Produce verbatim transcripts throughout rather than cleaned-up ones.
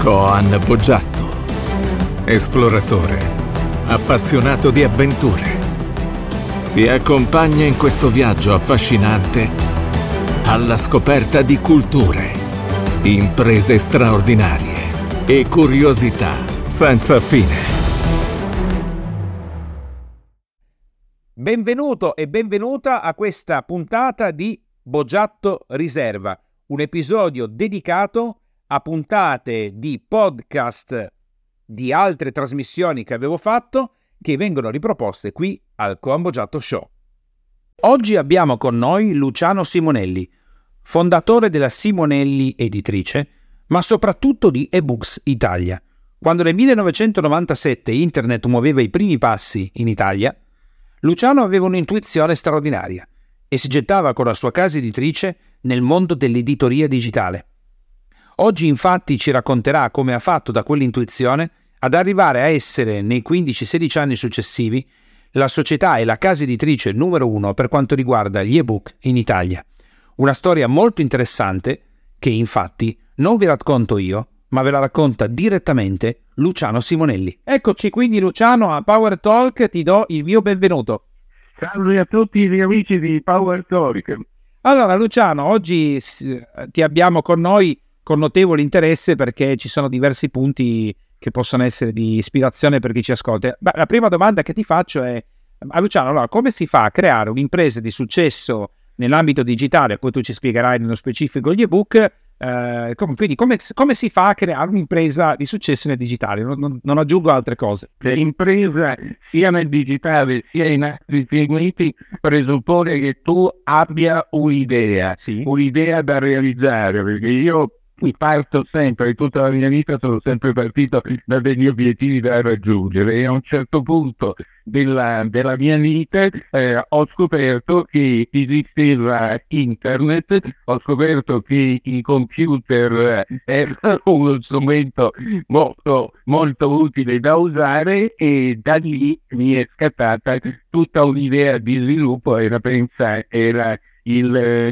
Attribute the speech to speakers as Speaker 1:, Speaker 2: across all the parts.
Speaker 1: Coan Boggiatto, esploratore, appassionato di avventure, ti accompagna in questo viaggio affascinante alla scoperta di culture, imprese straordinarie e curiosità senza fine.
Speaker 2: Benvenuto e benvenuta a questa puntata di Boggiatto Riserva, un episodio dedicato a puntate di podcast di altre trasmissioni che avevo fatto che vengono riproposte qui al Coan Boggiatto Show. Oggi abbiamo con noi Luciano Simonelli, fondatore della Simonelli Editrice, ma soprattutto di eBooks Italia. Quando nel millenovecentonovantasette internet muoveva i primi passi in Italia, Luciano aveva un'intuizione straordinaria e si gettava con la sua casa editrice nel mondo dell'editoria digitale. Oggi infatti ci racconterà come ha fatto da quell'intuizione ad arrivare a essere nei quindici sedici anni successivi la società e la casa editrice numero uno per quanto riguarda gli ebook in Italia. Una storia molto interessante che infatti non vi racconto io, ma ve la racconta direttamente Luciano Simonelli. Eccoci quindi Luciano a Power Talk, ti do il mio benvenuto.
Speaker 3: Salve a tutti gli amici di Power Talk.
Speaker 2: Allora Luciano, oggi ti abbiamo con noi con notevole interesse perché ci sono diversi punti che possono essere di ispirazione per chi ci ascolta. Beh, la prima domanda che ti faccio è, a Luciano, allora, come si fa a creare un'impresa di successo nell'ambito digitale? Poi tu ci spiegherai nello specifico gli ebook. Eh, quindi come, come si fa a creare un'impresa di successo nel digitale? Non, non, non aggiungo altre cose.
Speaker 3: L'impresa sia nel digitale sia in altri segmenti presuppone che tu abbia un'idea,
Speaker 2: sì.
Speaker 3: un'idea da realizzare, perché io parto sempre, tutta la mia vita sono sempre partito da degli obiettivi da raggiungere e a un certo punto della, della mia vita eh, ho scoperto che esisteva internet, ho scoperto che i computer erano uno strumento molto, molto utile da usare e da lì mi è scattata tutta un'idea di sviluppo. Era, pensa, era il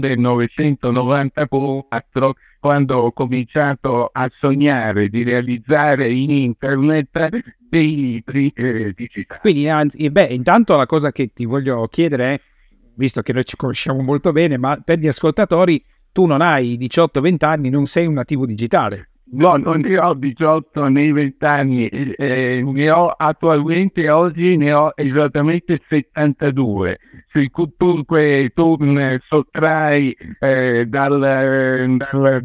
Speaker 3: millenovecentonovantaquattro quando ho cominciato a sognare di realizzare in internet dei libri eh, digitali.
Speaker 2: Quindi, anzi, beh, intanto la cosa che ti voglio chiedere è, visto che noi ci conosciamo molto bene, ma per gli ascoltatori, tu non hai diciotto venti anni, non sei un nativo digitale.
Speaker 3: No, non ne ho diciotto nei venti anni, eh, ne ho attualmente, oggi ne ho esattamente settantadue. Se dunque tu sottrai eh, dal, dal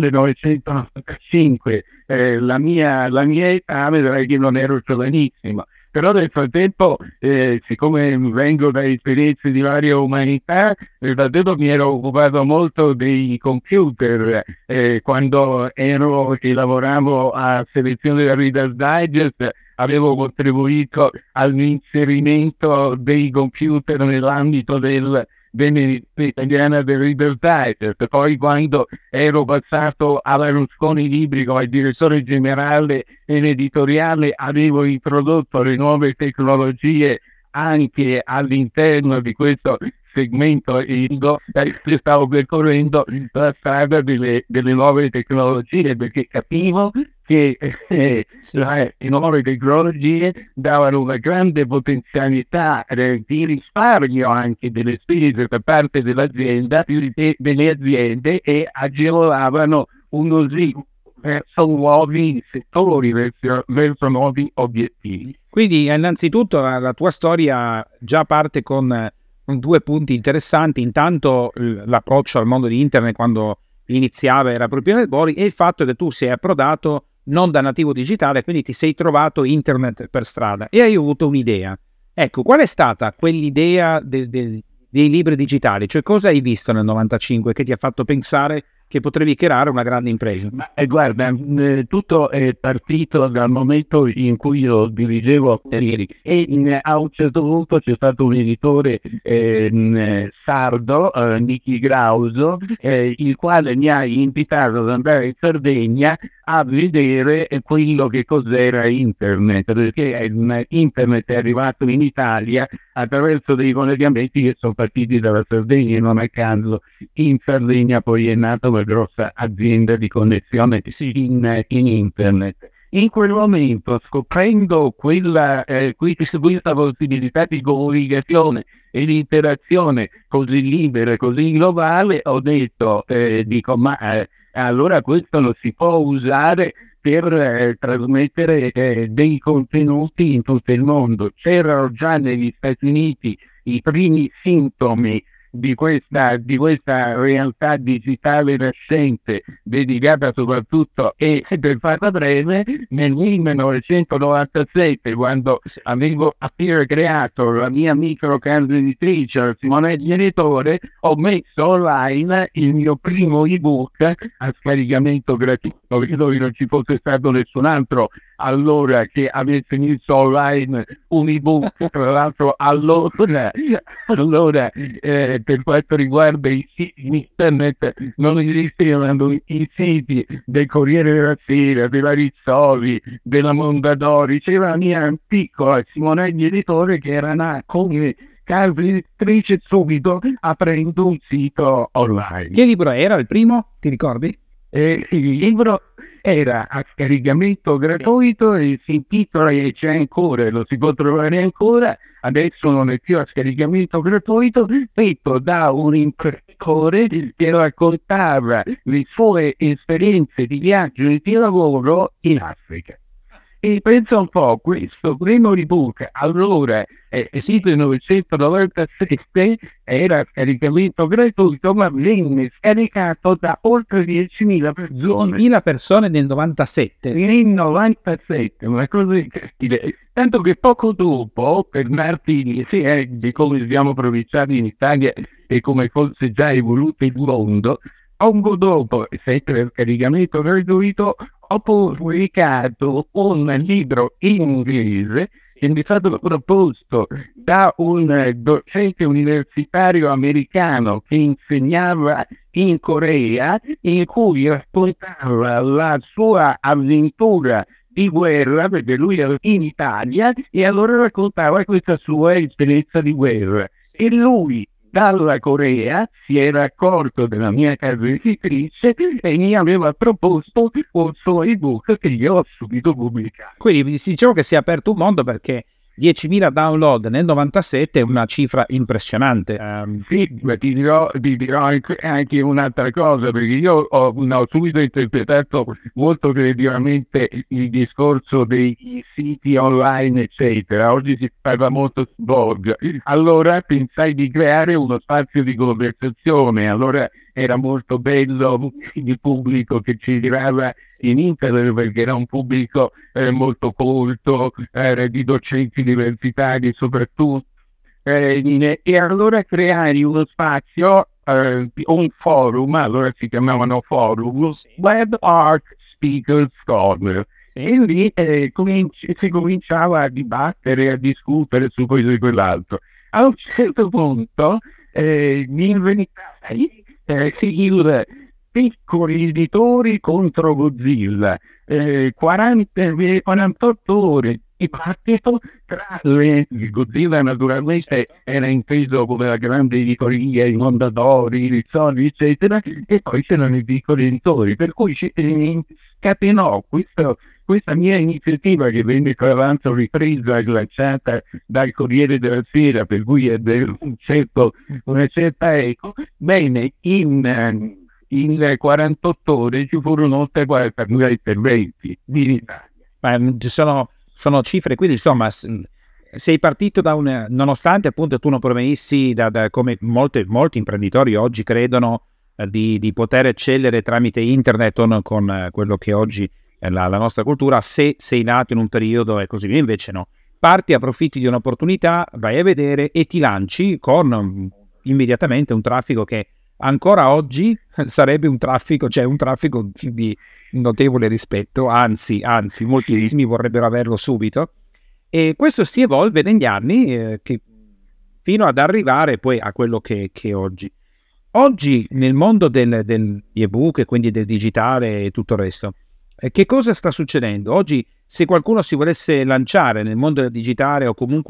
Speaker 3: millenovecentonovantacinque eh, la, mia, la mia età, vedrai che non ero giovanissimo. Però nel frattempo, eh, siccome vengo da esperienze di varia umanità, nel frattempo mi ero occupato molto dei computer. Eh, quando ero e lavoravo a selezione della Reader's Digest, avevo contribuito all'inserimento dei computer nell'ambito del dell'editoria italiana del Reader's Digest. Poi quando ero passato alla Rusconi Libri come direttore generale e editoriale avevo introdotto le nuove tecnologie anche all'interno di questo segmento e stavo percorrendo la strada delle, delle nuove tecnologie perché capivo che eh, le nuove tecnologie davano una grande potenzialità eh, di risparmio anche delle spese da parte dell'azienda e delle aziende e agevolavano uno sviluppo verso nuovi settori, verso, verso nuovi obiettivi.
Speaker 2: Quindi innanzitutto la, la tua storia già parte con, con due punti interessanti. Intanto l'approccio al mondo di internet quando iniziava era proprio nel Bori e il fatto che tu sei approdato non da nativo digitale, quindi ti sei trovato internet per strada e hai avuto un'idea. Ecco, qual è stata quell'idea de, de, dei libri digitali? Cioè cosa hai visto nel novantacinque che ti ha fatto pensare che potevi creare una grande impresa?
Speaker 3: Ma, eh, guarda, eh, tutto è partito dal momento in cui io dirigevo Terrieri e in, a un certo punto c'è stato un editore eh, sardo, eh, Nicky Grauso, eh, il quale mi ha invitato ad andare in Sardegna a vedere quello che cos'era internet, perché internet è arrivato in Italia attraverso dei collegamenti che sono partiti dalla Sardegna. Non a caso in Sardegna poi è nata una grossa azienda di connessione in, in internet. In quel momento, scoprendo quella, eh, questa possibilità di comunicazione e di interazione così libera, così globale, ho detto, eh, dico, ma eh, allora questo lo si può usare per eh, trasmettere eh, dei contenuti in tutto il mondo. C'erano già negli Stati Uniti i primi sintomi di questa, di questa realtà digitale nascente, dedicata soprattutto, e per farla breve, nel millenovecentonovantasette, quando avevo appena creato la mia micro casa editrice Simone Genitore, ho messo online il mio primo ebook a scaricamento gratuito. Credo che non ci fosse stato nessun altro allora che avesse messo online un ebook. Tra l'altro allora, allora eh, per quanto riguarda i siti internet non esistevano i siti del Corriere della Sera, della Rizzoli, della Mondadori. C'era la mia piccola Simonelli Editore che era nata come casa editrice subito aprendo un sito online.
Speaker 2: Che libro era il primo? Ti ricordi?
Speaker 3: Eh, il libro era a scaricamento gratuito e si intitola, e c'è ancora, lo si può trovare ancora, adesso non è più a scaricamento gratuito, detto da un imprenditore che raccontava le sue esperienze di viaggio e di lavoro in Africa. E pensa un po', questo primo ebook allora è esito nel millenovecentonovantasette, era caricamento gratuito, ma venne scaricato da oltre diecimila persone.
Speaker 2: diecimila persone nel novantasette?
Speaker 3: Nel novantasette, una cosa incredibile. Tanto che poco dopo, per Martini, eh, di come siamo provinciali in Italia e come fosse già evoluto il mondo, poco dopo, sempre il caricamento gratuito, ho pubblicato un libro in inglese che mi è stato proposto da un docente universitario americano che insegnava in Corea, in cui raccontava la sua avventura di guerra, perché lui era in Italia, e allora raccontava questa sua esperienza di guerra. E lui, dalla Corea, si era accorto della mia casa editrice e mi aveva proposto un suo ebook che io ho subito pubblicato.
Speaker 2: Quindi diciamo che si è aperto un mondo, perché diecimila download nel novantasette è una cifra impressionante.
Speaker 3: Um, sì, ma ti dirò, ti dirò anche, anche un'altra cosa, perché io ho, ho subito interpretato molto creativamente il discorso dei siti online, eccetera. Oggi si parla molto su blog. Allora pensai di creare uno spazio di conversazione. Allora era molto bello il pubblico che ci girava in internet, perché era un pubblico eh, molto colto, era di docenti universitari soprattutto, eh, e allora creare uno spazio, eh, un forum, allora si chiamavano forum, Web Art Speakers Corner, e lì eh, cominci- si cominciava a dibattere, a discutere su questo e quell'altro. A un certo punto eh, mi inventai eh, il piccoli editori contro Godzilla, eh, quaranta, quarantotto ore di partito tra le... Godzilla naturalmente era inteso come la grande editoria, i Mondadori, i Rizzoli, eccetera, e poi c'erano i piccoli editori, per cui si eh, scatenò questo, questa mia iniziativa, che venne tra l'altro ripresa e lanciata dal Corriere della Sera, per cui ebbe un certo, una certa eco. Bene, in... in quarantotto ore ci furono oltre quarantamila interventi in Italia.
Speaker 2: Ma ci sono, sono cifre, quindi insomma sei partito da un, nonostante appunto tu non provenissi da, da come molte, molti imprenditori oggi credono eh, di, di poter eccellere tramite internet o con eh, quello che oggi è la, la nostra cultura, se sei nato in un periodo e così via. Invece no, parti, approfitti di un'opportunità, vai a vedere e ti lanci con um, immediatamente un traffico che ancora oggi sarebbe un traffico, cioè un traffico di notevole rispetto, anzi, anzi, moltissimi vorrebbero averlo subito, e questo si evolve negli anni eh, che, fino ad arrivare poi a quello che, che oggi. Oggi nel mondo del, degli ebook e quindi del digitale e tutto il resto, eh, che cosa sta succedendo? Oggi se qualcuno si volesse lanciare nel mondo del digitale o comunque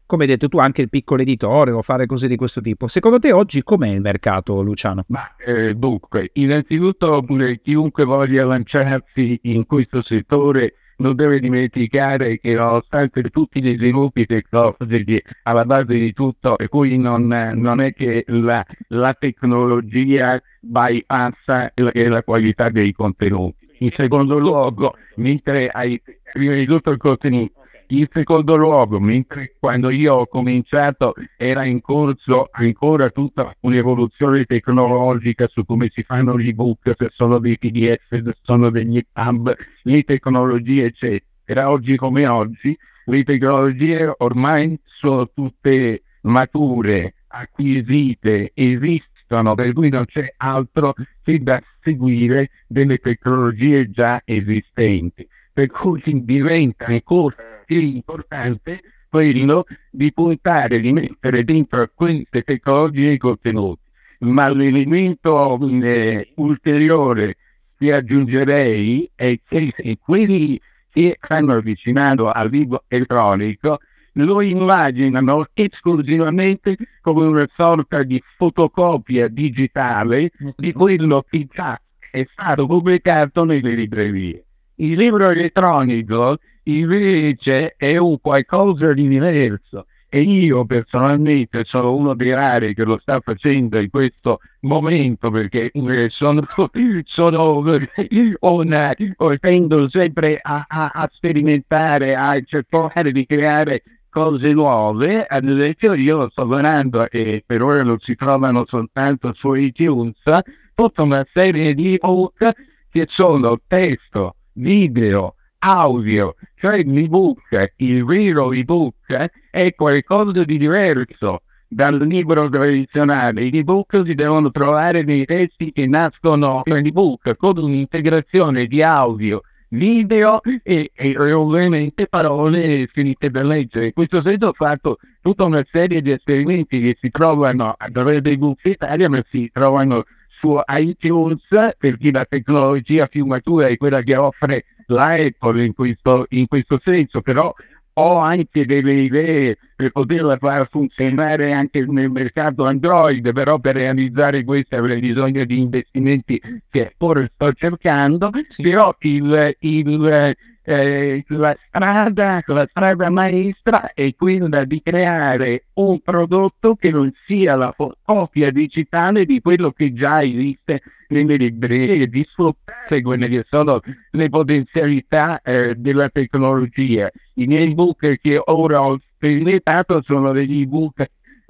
Speaker 2: come hai detto tu, anche il piccolo editore o fare cose di questo tipo. Secondo te oggi com'è il mercato, Luciano?
Speaker 3: Ma eh, dunque, innanzitutto eh, chiunque voglia lanciarsi in questo settore non deve dimenticare che nonostante tutti gli sviluppi tecnologici alla base di tutto, e poi non, non è che la, la tecnologia bypassa la, la qualità dei contenuti. In secondo luogo, mentre hai prima di tutto il contenuto, in secondo luogo, mentre quando io ho cominciato era in corso ancora tutta un'evoluzione tecnologica su come si fanno gli ebook, se sono dei P D F, se sono degli E P U B, le tecnologie eccetera. Oggi come oggi le tecnologie ormai sono tutte mature, acquisite, esistono, per cui non c'è altro che da seguire delle tecnologie già esistenti. Per cui diventa ancora più importante quello di puntare, di mettere dentro queste tecnologie i contenuti. Ma l'elemento eh, ulteriore che aggiungerei è che quelli che stanno avvicinando al libro elettronico lo immaginano esclusivamente come una sorta di fotocopia digitale di quello che già è stato pubblicato nelle librerie. Il libro elettronico invece è un qualcosa di diverso, e io personalmente sono uno dei rari che lo sta facendo in questo momento, perché sono, sono una, tendo sempre a, a, a sperimentare, a cercare di creare cose nuove. Ad esempio io sto guardando, e per ora non si trovano soltanto su iTunes, tutta una serie di ebook che sono testo, video, audio, cioè l'ebook, il vero ebook è qualcosa di diverso dal libro tradizionale. Gli ebook si devono trovare nei testi che nascono in ebook, con un'integrazione di audio, video e, e ovviamente parole finite per leggere. In questo senso ho fatto tutta una serie di esperimenti che si trovano a través dei ebook Italia, ma si trovano su iTunes, perché la tecnologia più matura è quella che offre la Apple in questo, in questo senso, però ho anche delle idee per poterla far funzionare anche nel mercato Android, però per realizzare questo avrei bisogno di investimenti che ora sto cercando. Sì. Però il, il, eh, la strada, la strada maestra è quella di creare un prodotto che non sia la copia digitale di quello che già esiste nelle librerie, di sfruttare quelle che sono le potenzialità eh, della tecnologia. I miei ebook che ora ho sperimentato sono degli ebook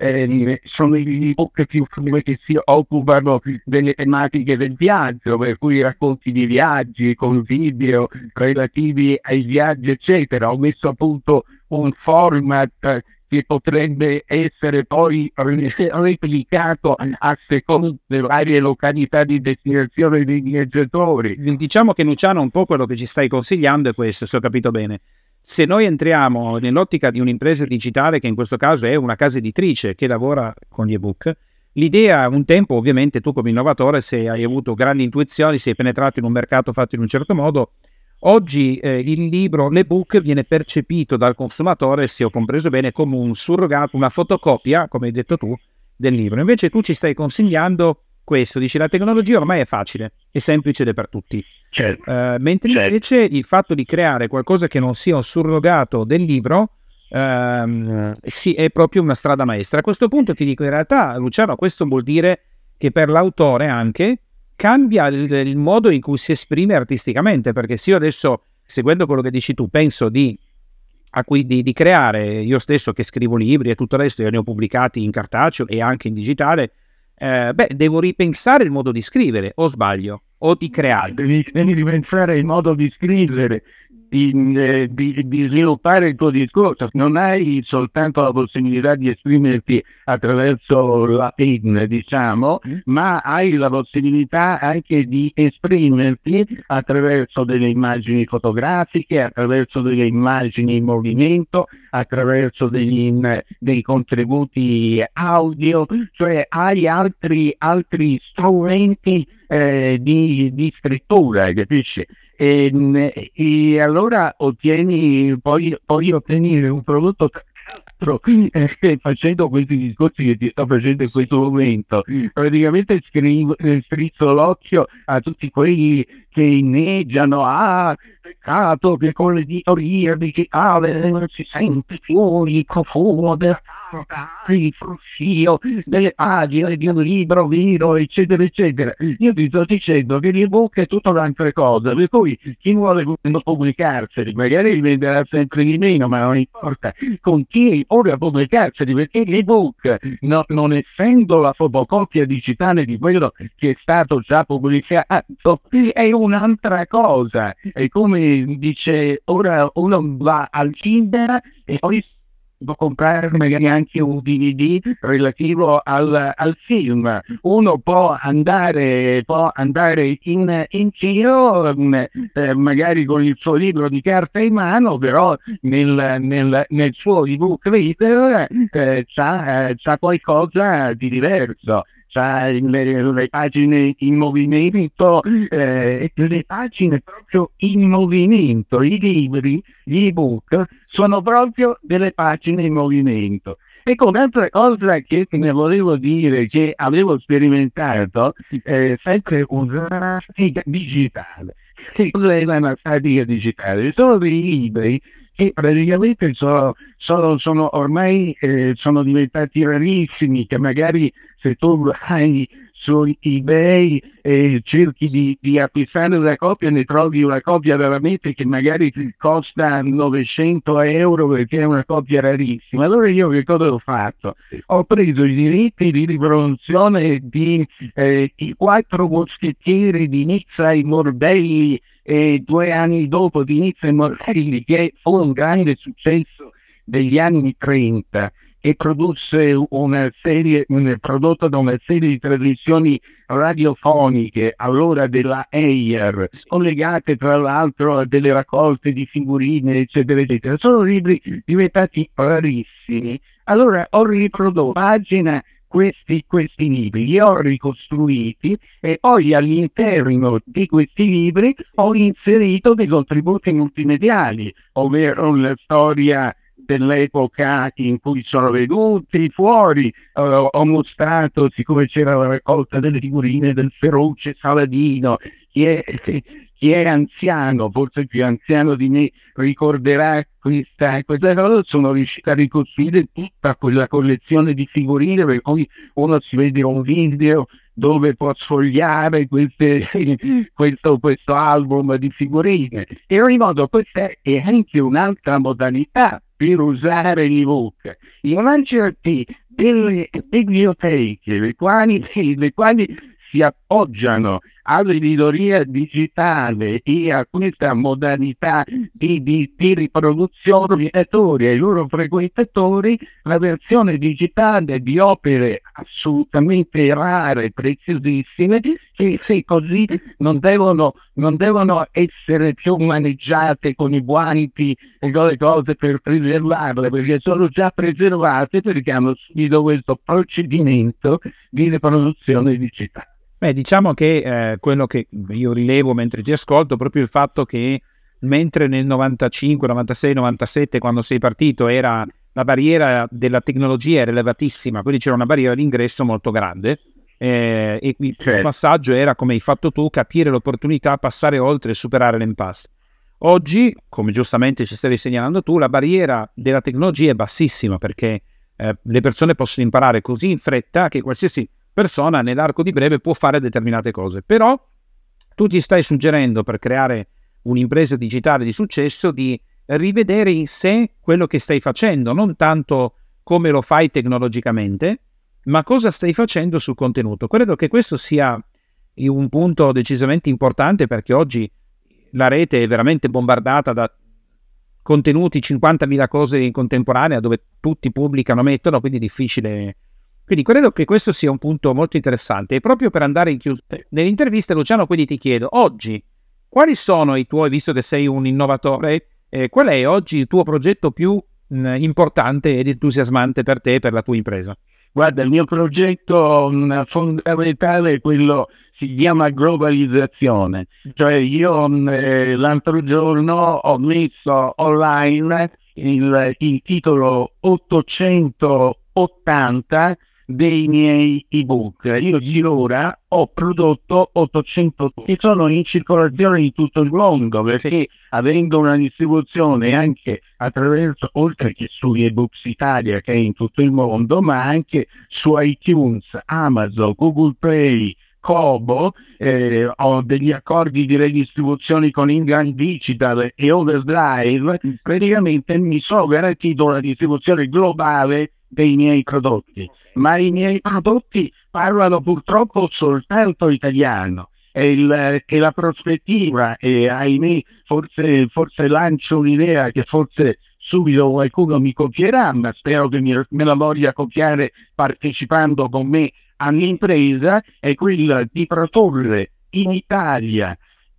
Speaker 3: eh, sono gli ebook più che si occupano delle tematiche del viaggio, per cui racconti di viaggi con video relativi ai viaggi eccetera. Ho messo a punto un format che potrebbe essere poi replicato a seconda delle varie località di destinazione dei viaggiatori.
Speaker 2: Diciamo che, Luciano, un po' quello che ci stai consigliando è questo, se ho capito bene. Se noi entriamo nell'ottica di un'impresa digitale, che in questo caso è una casa editrice che lavora con gli ebook, l'idea, un tempo ovviamente tu come innovatore, se hai avuto grandi intuizioni, sei penetrato in un mercato fatto in un certo modo, oggi eh, il libro, l'ebook viene percepito dal consumatore, se ho compreso bene, come un surrogato, una fotocopia, come hai detto tu, del libro. Invece tu ci stai consigliando questo, dici la tecnologia ormai è facile, è semplice ed è per tutti.
Speaker 3: Certo.
Speaker 2: Uh, mentre certo. invece il fatto di creare qualcosa che non sia un surrogato del libro uh, sì, è proprio una strada maestra. A questo punto ti dico, in realtà, Luciano, questo vuol dire che per l'autore anche cambia il, il modo in cui si esprime artisticamente, perché se io adesso, seguendo quello che dici tu, penso di, a cui, di, di creare, io stesso che scrivo libri e tutto il resto, io ne ho pubblicati in cartaceo e anche in digitale, eh, beh, devo ripensare il modo di scrivere, o sbaglio? O di creare.
Speaker 3: Devi, devi ripensare il modo di scrivere, di, eh, di, di sviluppare il tuo discorso. Non hai soltanto la possibilità di esprimerti attraverso la penna, diciamo, mm. ma hai la possibilità anche di esprimerti attraverso delle immagini fotografiche, attraverso delle immagini in movimento, attraverso degli, dei contributi audio, cioè hai altri, altri strumenti Eh, di, di scrittura, capisci? E, e allora ottieni, poi, poi ottenere un prodotto l'altro, eh, facendo questi discorsi che ti sto facendo in questo momento, praticamente scrivo, eh, strizzo l'occhio a tutti quelli che inneggiano, ah, peccato che con l'editoria digitale non si sente più il profumo della carta, il fruscio delle pagine di un libro vero, eccetera, eccetera. Io ti sto dicendo che l'ebook è tutta un'altra cosa, per cui chi vuole pubblicarseli, magari li venderà sempre di meno, ma non importa, continui pure a pubblicarseli, perché l'ebook, no, non essendo la fotocopia digitale di quello che è stato già pubblicato, è un'altra cosa. È come dice, ora uno va al cinema e poi può comprare magari anche un D V D relativo al, al film. Uno può andare, può andare in, in giro, eh, magari con il suo libro di carta in mano, però nel, nel, nel suo ebook reader eh, c'ha, eh, c'ha qualcosa di diverso. C'ha le, le pagine in movimento, eh, le pagine proprio in movimento, i libri, gli ebook sono proprio delle pagine in movimento. Ecco, un'altra cosa che ne volevo dire, che avevo sperimentato, eh, sempre una statica digitale. Che cos'è una statica digitale? Sono dei libri che praticamente sono, sono, sono ormai eh, sono diventati rarissimi, che magari se tu vai su eBay e cerchi di, di acquistare una copia, ne trovi una copia veramente che magari costa novecento euro perché è una copia rarissima. Allora io che cosa ho fatto? Ho preso i diritti di riproduzione di eh, I Quattro Moschettieri di Nizza e Mordelli, e due anni dopo di Nizza e Mordelli, che fu un grande successo degli anni trenta, e produsse una serie, un, prodotto da una serie di trasmissioni radiofoniche allora della Eir, collegate tra l'altro a delle raccolte di figurine, eccetera, eccetera. Sono libri diventati rarissimi. Allora ho riprodotto pagina questi, questi libri, li ho ricostruiti e poi all'interno di questi libri ho inserito dei contributi multimediali, ovvero la storia dell'epoca in cui sono venuti fuori. Uh, ho mostrato, siccome c'era la raccolta delle figurine del feroce Saladino, chi è, chi è anziano, forse più anziano di me, ricorderà questa, questa cosa. Sono riuscito a ricostruire tutta quella collezione di figurine, per cui uno si vede un video dove può sfogliare queste, questo, questo album di figurine. E in modo, questa è anche un'altra modalità per usare l'ebook. Immaginati delle biblioteche le quali, le quali si appoggiano all'editoria digitale e a questa modalità di, di, di riproduzione ai loro frequentatori la versione digitale di opere assolutamente rare, preziosissime, che se così non devono, non devono essere più maneggiate con i guanti e con le cose per preservarle, perché sono già preservate perché hanno subito questo procedimento di riproduzione digitale.
Speaker 2: Beh, diciamo che eh, quello che io rilevo mentre ti ascolto è proprio il fatto che mentre nel novantacinque, novantasei, novantasette, quando sei partito, era la barriera della tecnologia era elevatissima, quindi c'era una barriera d'ingresso molto grande, eh, e il
Speaker 3: certo.
Speaker 2: passaggio era, come hai fatto tu, capire l'opportunità, passare oltre e superare l'impasse. Oggi, come giustamente ci stavi segnalando tu, la barriera della tecnologia è bassissima, perché eh, le persone possono imparare così in fretta che qualsiasi persona nell'arco di breve può fare determinate cose. Però tu ti stai suggerendo, per creare un'impresa digitale di successo, di rivedere in sé quello che stai facendo, non tanto come lo fai tecnologicamente, ma cosa stai facendo sul contenuto. Credo che questo sia un punto decisamente importante, perché oggi la rete è veramente bombardata da contenuti, cinquantamila cose in contemporanea, dove tutti pubblicano, mettono, quindi è difficile. Quindi credo che questo sia un punto molto interessante. E proprio per andare in chiusura nell'intervista, Luciano, quindi ti chiedo, oggi, quali sono i tuoi, visto che sei un innovatore, eh, qual è oggi il tuo progetto più mh, importante ed entusiasmante per te e per la tua impresa?
Speaker 3: Guarda, il mio progetto mh, fondamentale è quello, si chiama globalizzazione. Cioè io mh, l'altro giorno ho messo online il, il titolo ottocentottanta dei miei ebook. Io di ora ho prodotto ottocento che sono in circolazione in tutto il mondo, perché avendo una distribuzione anche attraverso, oltre che su eBooks Italia che è in tutto il mondo, ma anche su iTunes, Amazon, Google Play, Kobo, eh, ho degli accordi di redistribuzione con Ingram Digital e Overdrive, praticamente mi sono garantito la distribuzione globale dei miei prodotti, ma i miei prodotti parlano purtroppo soltanto italiano e, il, e la prospettiva, e ahimè forse, forse lancio un'idea che forse subito qualcuno mi copierà, ma spero che mi, me la voglia copiare partecipando con me all'impresa, è quella di produrre in Italia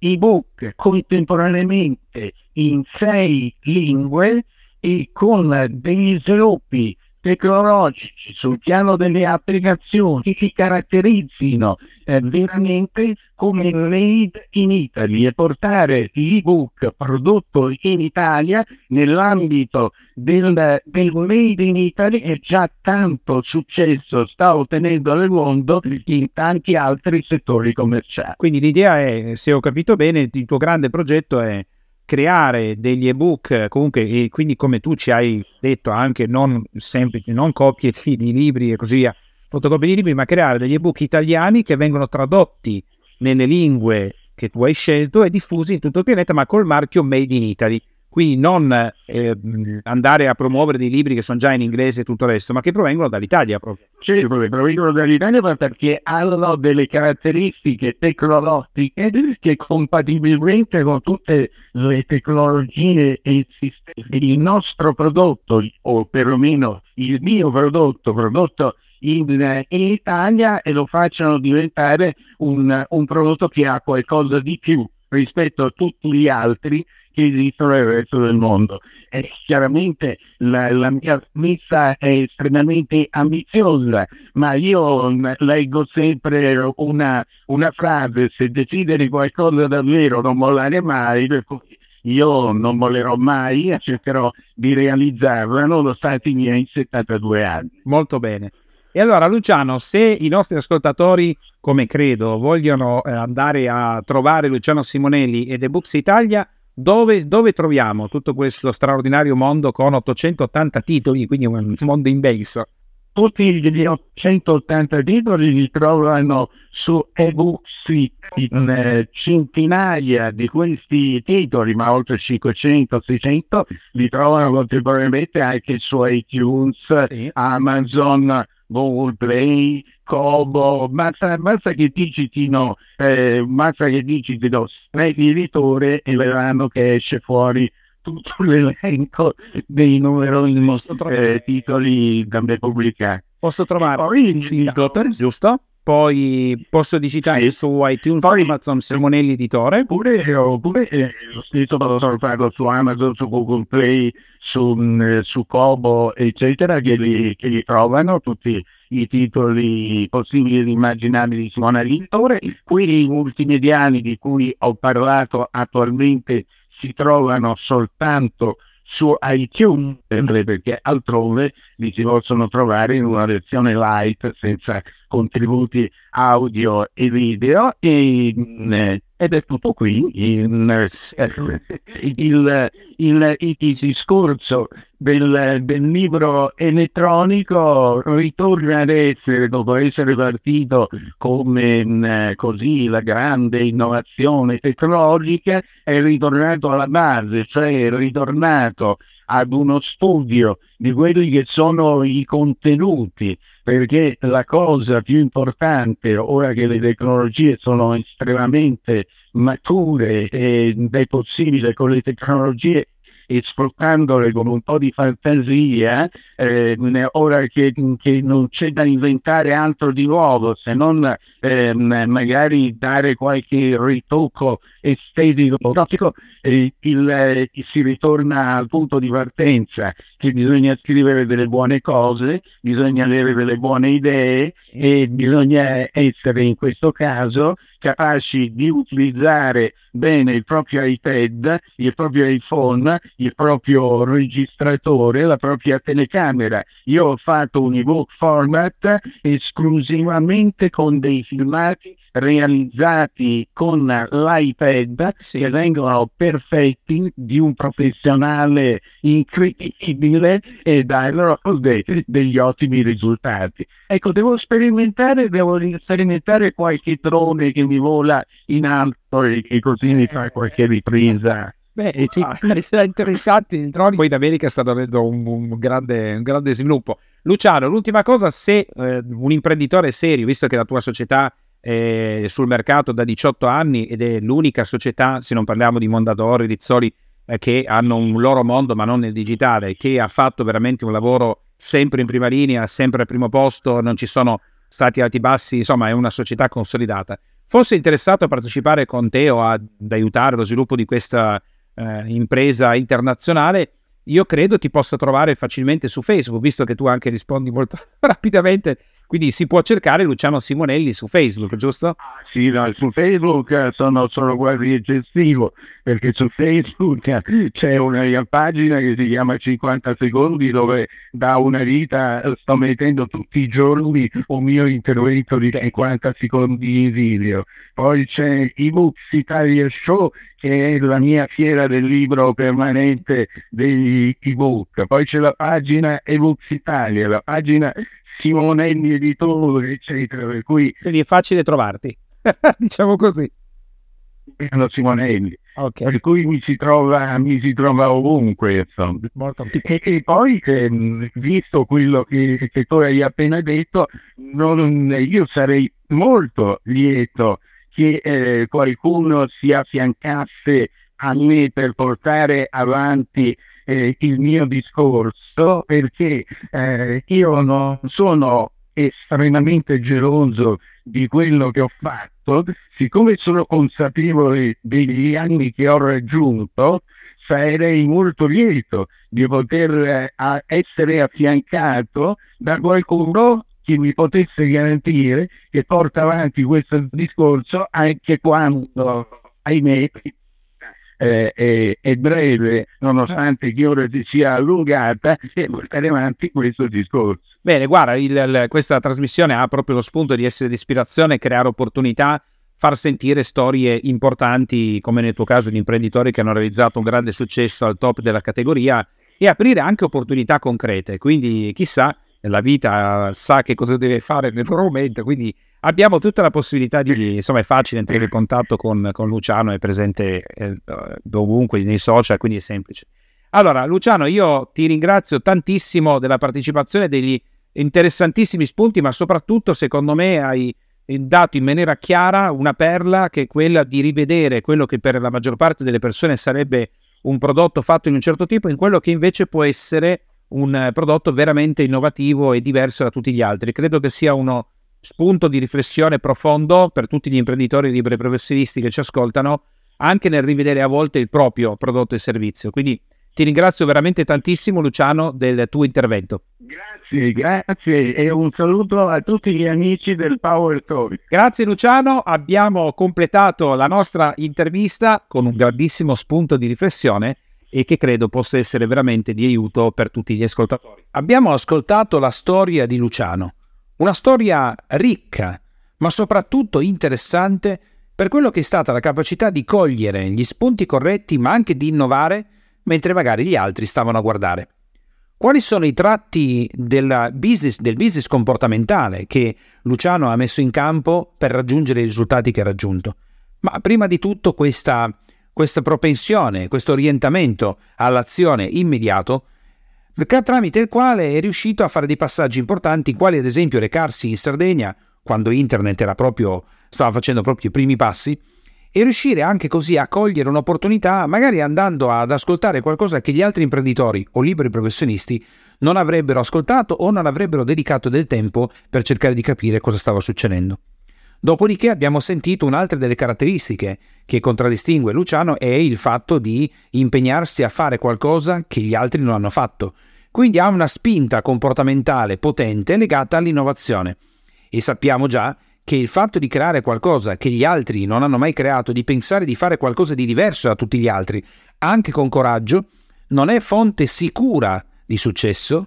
Speaker 3: ebook contemporaneamente in sei lingue e con degli sviluppi tecnologici sul piano delle applicazioni che si caratterizzino eh, veramente come made in Italy, e portare l'ebook prodotto in Italia nell'ambito del, del made in Italy è già tanto successo sta ottenendo nel mondo in tanti altri settori commerciali.
Speaker 2: Quindi l'idea è, se ho capito bene, il tuo grande progetto è creare degli ebook, comunque, e quindi come tu ci hai detto anche non semplici, non copie di, di libri e così via, fotocopie di libri, ma creare degli ebook italiani che vengono tradotti nelle lingue che tu hai scelto e diffusi in tutto il pianeta, ma col marchio Made in Italy. Quindi non eh, andare a promuovere dei libri che sono già in inglese e tutto il resto, ma che provengono dall'Italia proprio.
Speaker 3: Sì, provengono dall'Italia, ma perché hanno delle caratteristiche tecnologiche che compatibilmente con tutte le tecnologie e i sistemi, il nostro prodotto, o perlomeno il mio prodotto, prodotto in, in Italia, e lo facciano diventare un, un prodotto che ha qualcosa di più rispetto a tutti gli altri che esistono nel resto del mondo. E chiaramente la, la mia messa è estremamente ambiziosa, ma io leggo sempre una, una frase: se desideri qualcosa davvero non mollare mai, per cui io non mollerò mai, cercherò di realizzarla nonostante i miei settantadue anni.
Speaker 2: Molto bene. E allora Luciano, se i nostri ascoltatori, come credo, vogliono eh, andare a trovare Luciano Simonelli ed eBooks Italia, Dove, dove troviamo tutto questo straordinario mondo con ottocentottanta titoli, quindi un mondo immenso?
Speaker 3: Tutti gli ottocentottanta titoli li trovano su eBooks, in eh, centinaia di questi titoli, ma oltre cinquecento seicento li trovano contemporaneamente anche su iTunes, sì. Amazon, Google Play, Kobo, basta, basta che digitino, eh, basta che digitino Sprechi Editore e vedranno che esce fuori tutto l'elenco dei numerosi eh, titoli da me pubblicati.
Speaker 2: Posso trovare il sito, giusto? Poi posso digitare sì. su iTunes, poi, Amazon, Simonelli Editore.
Speaker 3: Oppure, oppure eh, lo stesso lo farlo su Amazon, su Google Play, su, eh, su Kobo, eccetera, che li, che li trovano tutti i titoli possibili ed immaginabili di Simone Editore. Quelli multimediali di cui ho parlato attualmente si trovano soltanto su iTunes, perché altrove li si possono trovare in una versione light senza contributi audio e video, e, ed è tutto qui. Il, il, il, il discorso del, del libro elettronico ritorna ad essere, dopo essere partito come così la grande innovazione tecnologica, è ritornato alla base, cioè è ritornato ad uno studio di quelli che sono i contenuti, perché la cosa più importante, ora che le tecnologie sono estremamente mature ed è possibile con le tecnologie e sfruttandole con un po' di fantasia, eh, ora che, che non c'è da inventare altro di nuovo se non eh, magari dare qualche ritocco estetico, eh, il, eh, si ritorna al punto di partenza, che bisogna scrivere delle buone cose, bisogna avere delle buone idee e bisogna essere in questo caso capaci di utilizzare bene il proprio iPad, il proprio iPhone, il proprio registratore, la propria telecamera. Io ho fatto un ebook format esclusivamente con dei filmati realizzati con l'iPad, sì, che vengono perfetti, di un professionale incredibile, e danno de- degli ottimi risultati. Ecco, devo sperimentare, devo sperimentare qualche drone che mi vola in alto e che così mi fa qualche ripresa.
Speaker 2: Beh, ci sarà interessante, i droni poi in America stanno avendo un, un, grande, un grande sviluppo. Luciano, l'ultima cosa, se eh, un imprenditore serio, visto che la tua società è sul mercato da diciotto anni ed è l'unica società, se non parliamo di Mondadori, Rizzoli, eh, che hanno un loro mondo ma non nel digitale, che ha fatto veramente un lavoro sempre in prima linea, sempre al primo posto, non ci sono stati alti bassi, insomma è una società consolidata. Fosse interessato a partecipare con te o ad aiutare lo sviluppo di questa eh, impresa internazionale, io credo ti possa trovare facilmente su Facebook, visto che tu anche rispondi molto rapidamente, quindi si può cercare Luciano Simonelli su Facebook, giusto?
Speaker 3: Sì, no, su Facebook sono, sono quasi eccessivo, perché su Facebook c'è una mia pagina che si chiama cinquanta secondi, dove da una vita sto mettendo tutti i giorni un mio intervento di cinquanta secondi in video. Poi c'è eBooks Italia Show, che è la mia fiera del libro permanente degli ebook. Poi c'è la pagina eBooks Italia, la pagina Simonelli Editore, eccetera, per cui
Speaker 2: quindi è facile trovarti, diciamo così.
Speaker 3: Simonelli,
Speaker 2: okay.
Speaker 3: Per cui mi si trova, mi si trova ovunque, insomma. E, e poi, eh, visto quello che, che tu hai appena detto, non, io sarei molto lieto che eh, qualcuno si affiancasse a me per portare avanti eh, il mio discorso, perché eh, io non sono estremamente geloso di quello che ho fatto, siccome sono consapevole degli anni che ho raggiunto, sarei molto lieto di poter eh, a essere affiancato da qualcuno che mi potesse garantire che porta avanti questo discorso anche quando, ahimè, eh, è, è breve, nonostante che ora si sia allungata, e portare avanti questo discorso.
Speaker 2: Bene, guarda, il, il, questa trasmissione ha proprio lo spunto di essere di ispirazione, creare opportunità, far sentire storie importanti, come nel tuo caso di imprenditori che hanno realizzato un grande successo al top della categoria, e aprire anche opportunità concrete. Quindi chissà, la vita sa che cosa deve fare nel loro momento, quindi abbiamo tutta la possibilità di, insomma è facile entrare in contatto con, con Luciano, è presente eh, dovunque nei social, quindi è semplice. Allora Luciano, io ti ringrazio tantissimo della partecipazione, degli interessantissimi spunti, ma soprattutto secondo me hai dato in maniera chiara una perla, che è quella di rivedere quello che per la maggior parte delle persone sarebbe un prodotto fatto in un certo tipo, in quello che invece può essere un prodotto veramente innovativo e diverso da tutti gli altri. Credo che sia uno spunto di riflessione profondo per tutti gli imprenditori liberi professionisti che ci ascoltano, anche nel rivedere a volte il proprio prodotto e servizio. Quindi ti ringrazio veramente tantissimo, Luciano, del tuo intervento.
Speaker 3: Grazie, grazie, e un saluto a tutti gli amici del Power Talk.
Speaker 2: Grazie Luciano, abbiamo completato la nostra intervista con un grandissimo spunto di riflessione e che credo possa essere veramente di aiuto per tutti gli ascoltatori. Abbiamo ascoltato la storia di Luciano, una storia ricca, ma soprattutto interessante per quello che è stata la capacità di cogliere gli spunti corretti, ma anche di innovare, mentre magari gli altri stavano a guardare. Quali sono i tratti del business, del business comportamentale che Luciano ha messo in campo per raggiungere i risultati che ha raggiunto? Ma prima di tutto questa, questa propensione, questo orientamento all'azione immediato, tramite il quale è riuscito a fare dei passaggi importanti, quali ad esempio recarsi in Sardegna, quando internet era proprio, stava facendo proprio i primi passi, e riuscire anche così a cogliere un'opportunità, magari andando ad ascoltare qualcosa che gli altri imprenditori o liberi professionisti non avrebbero ascoltato o non avrebbero dedicato del tempo per cercare di capire cosa stava succedendo. Dopodiché abbiamo sentito un'altra delle caratteristiche che contraddistingue Luciano è il fatto di impegnarsi a fare qualcosa che gli altri non hanno fatto. Quindi ha una spinta comportamentale potente legata all'innovazione. E sappiamo già che il fatto di creare qualcosa che gli altri non hanno mai creato, di pensare di fare qualcosa di diverso da tutti gli altri, anche con coraggio, non è fonte sicura di successo,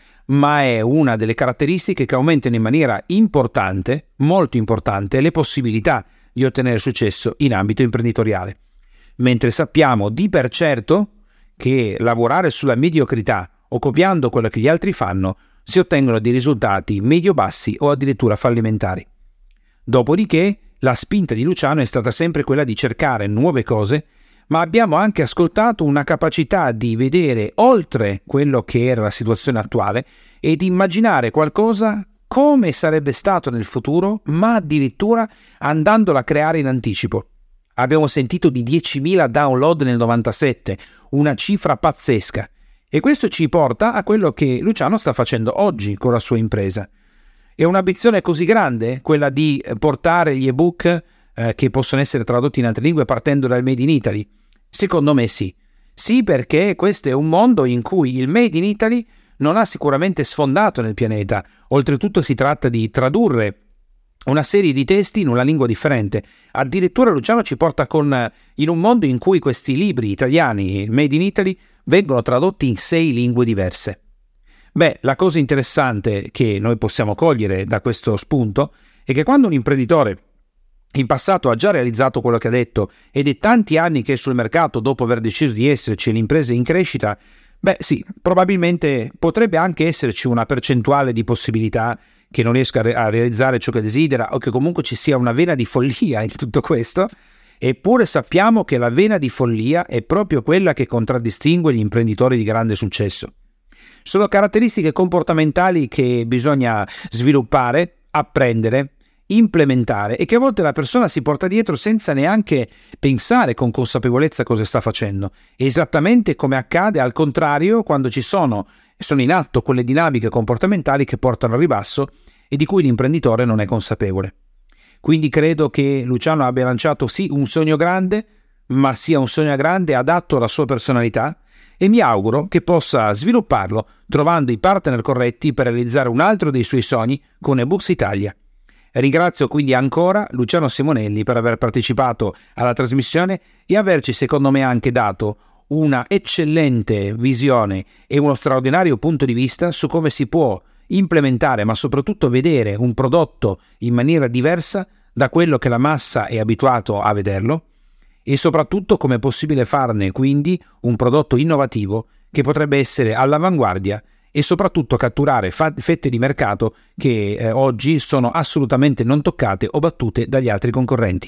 Speaker 2: ma è una delle caratteristiche che aumentano in maniera importante, molto importante, le possibilità di ottenere successo in ambito imprenditoriale. Mentre sappiamo di per certo che lavorare sulla mediocrità o copiando quello che gli altri fanno si ottengono dei risultati medio-bassi o addirittura fallimentari. Dopodiché la spinta di Luciano è stata sempre quella di cercare nuove cose, ma abbiamo anche ascoltato una capacità di vedere oltre quello che era la situazione attuale e di immaginare qualcosa come sarebbe stato nel futuro, ma addirittura andandolo a creare in anticipo. Abbiamo sentito di diecimila download nel novantasette, una cifra pazzesca, e questo ci porta a quello che Luciano sta facendo oggi con la sua impresa. È un'ambizione così grande quella di portare gli ebook eh, che possono essere tradotti in altre lingue partendo dal Made in Italy? Secondo me sì. Sì, perché questo è un mondo in cui il Made in Italy non ha sicuramente sfondato nel pianeta. Oltretutto si tratta di tradurre una serie di testi in una lingua differente. Addirittura Luciano ci porta con in un mondo in cui questi libri italiani, Made in Italy, vengono tradotti in sei lingue diverse. Beh, la cosa interessante che noi possiamo cogliere da questo spunto è che quando un imprenditore in passato ha già realizzato quello che ha detto ed è tanti anni che è sul mercato dopo aver deciso di esserci e l'impresa è in crescita, beh sì, probabilmente potrebbe anche esserci una percentuale di possibilità che non riesca a realizzare ciò che desidera o che comunque ci sia una vena di follia in tutto questo, eppure sappiamo che la vena di follia è proprio quella che contraddistingue gli imprenditori di grande successo. Sono caratteristiche comportamentali che bisogna sviluppare, apprendere, implementare e che a volte la persona si porta dietro senza neanche pensare con consapevolezza cosa sta facendo, esattamente come accade al contrario quando ci sono sono in atto quelle dinamiche comportamentali che portano al ribasso e di cui l'imprenditore non è consapevole. Quindi credo che Luciano abbia lanciato sì un sogno grande, ma sia un sogno grande adatto alla sua personalità, e mi auguro che possa svilupparlo trovando i partner corretti per realizzare un altro dei suoi sogni con eBooks Italia. Ringrazio quindi ancora Luciano Simonelli per aver partecipato alla trasmissione e averci secondo me anche dato una eccellente visione e uno straordinario punto di vista su come si può implementare ma soprattutto vedere un prodotto in maniera diversa da quello che la massa è abituato a vederlo e soprattutto come è possibile farne quindi un prodotto innovativo che potrebbe essere all'avanguardia e soprattutto catturare fette di mercato che eh, oggi sono assolutamente non toccate o battute dagli altri concorrenti.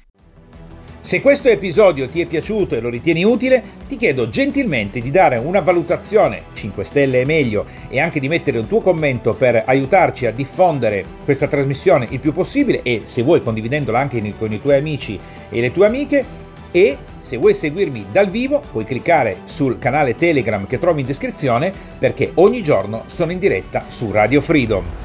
Speaker 4: Se questo episodio ti è piaciuto e lo ritieni utile, ti chiedo gentilmente di dare una valutazione, cinque stelle e meglio, e anche di mettere un tuo commento per aiutarci a diffondere questa trasmissione il più possibile e, se vuoi, condividendola anche con i tuoi amici e le tue amiche. E se vuoi seguirmi dal vivo puoi cliccare sul canale Telegram che trovi in descrizione perché ogni giorno sono in diretta su Radio Freedom.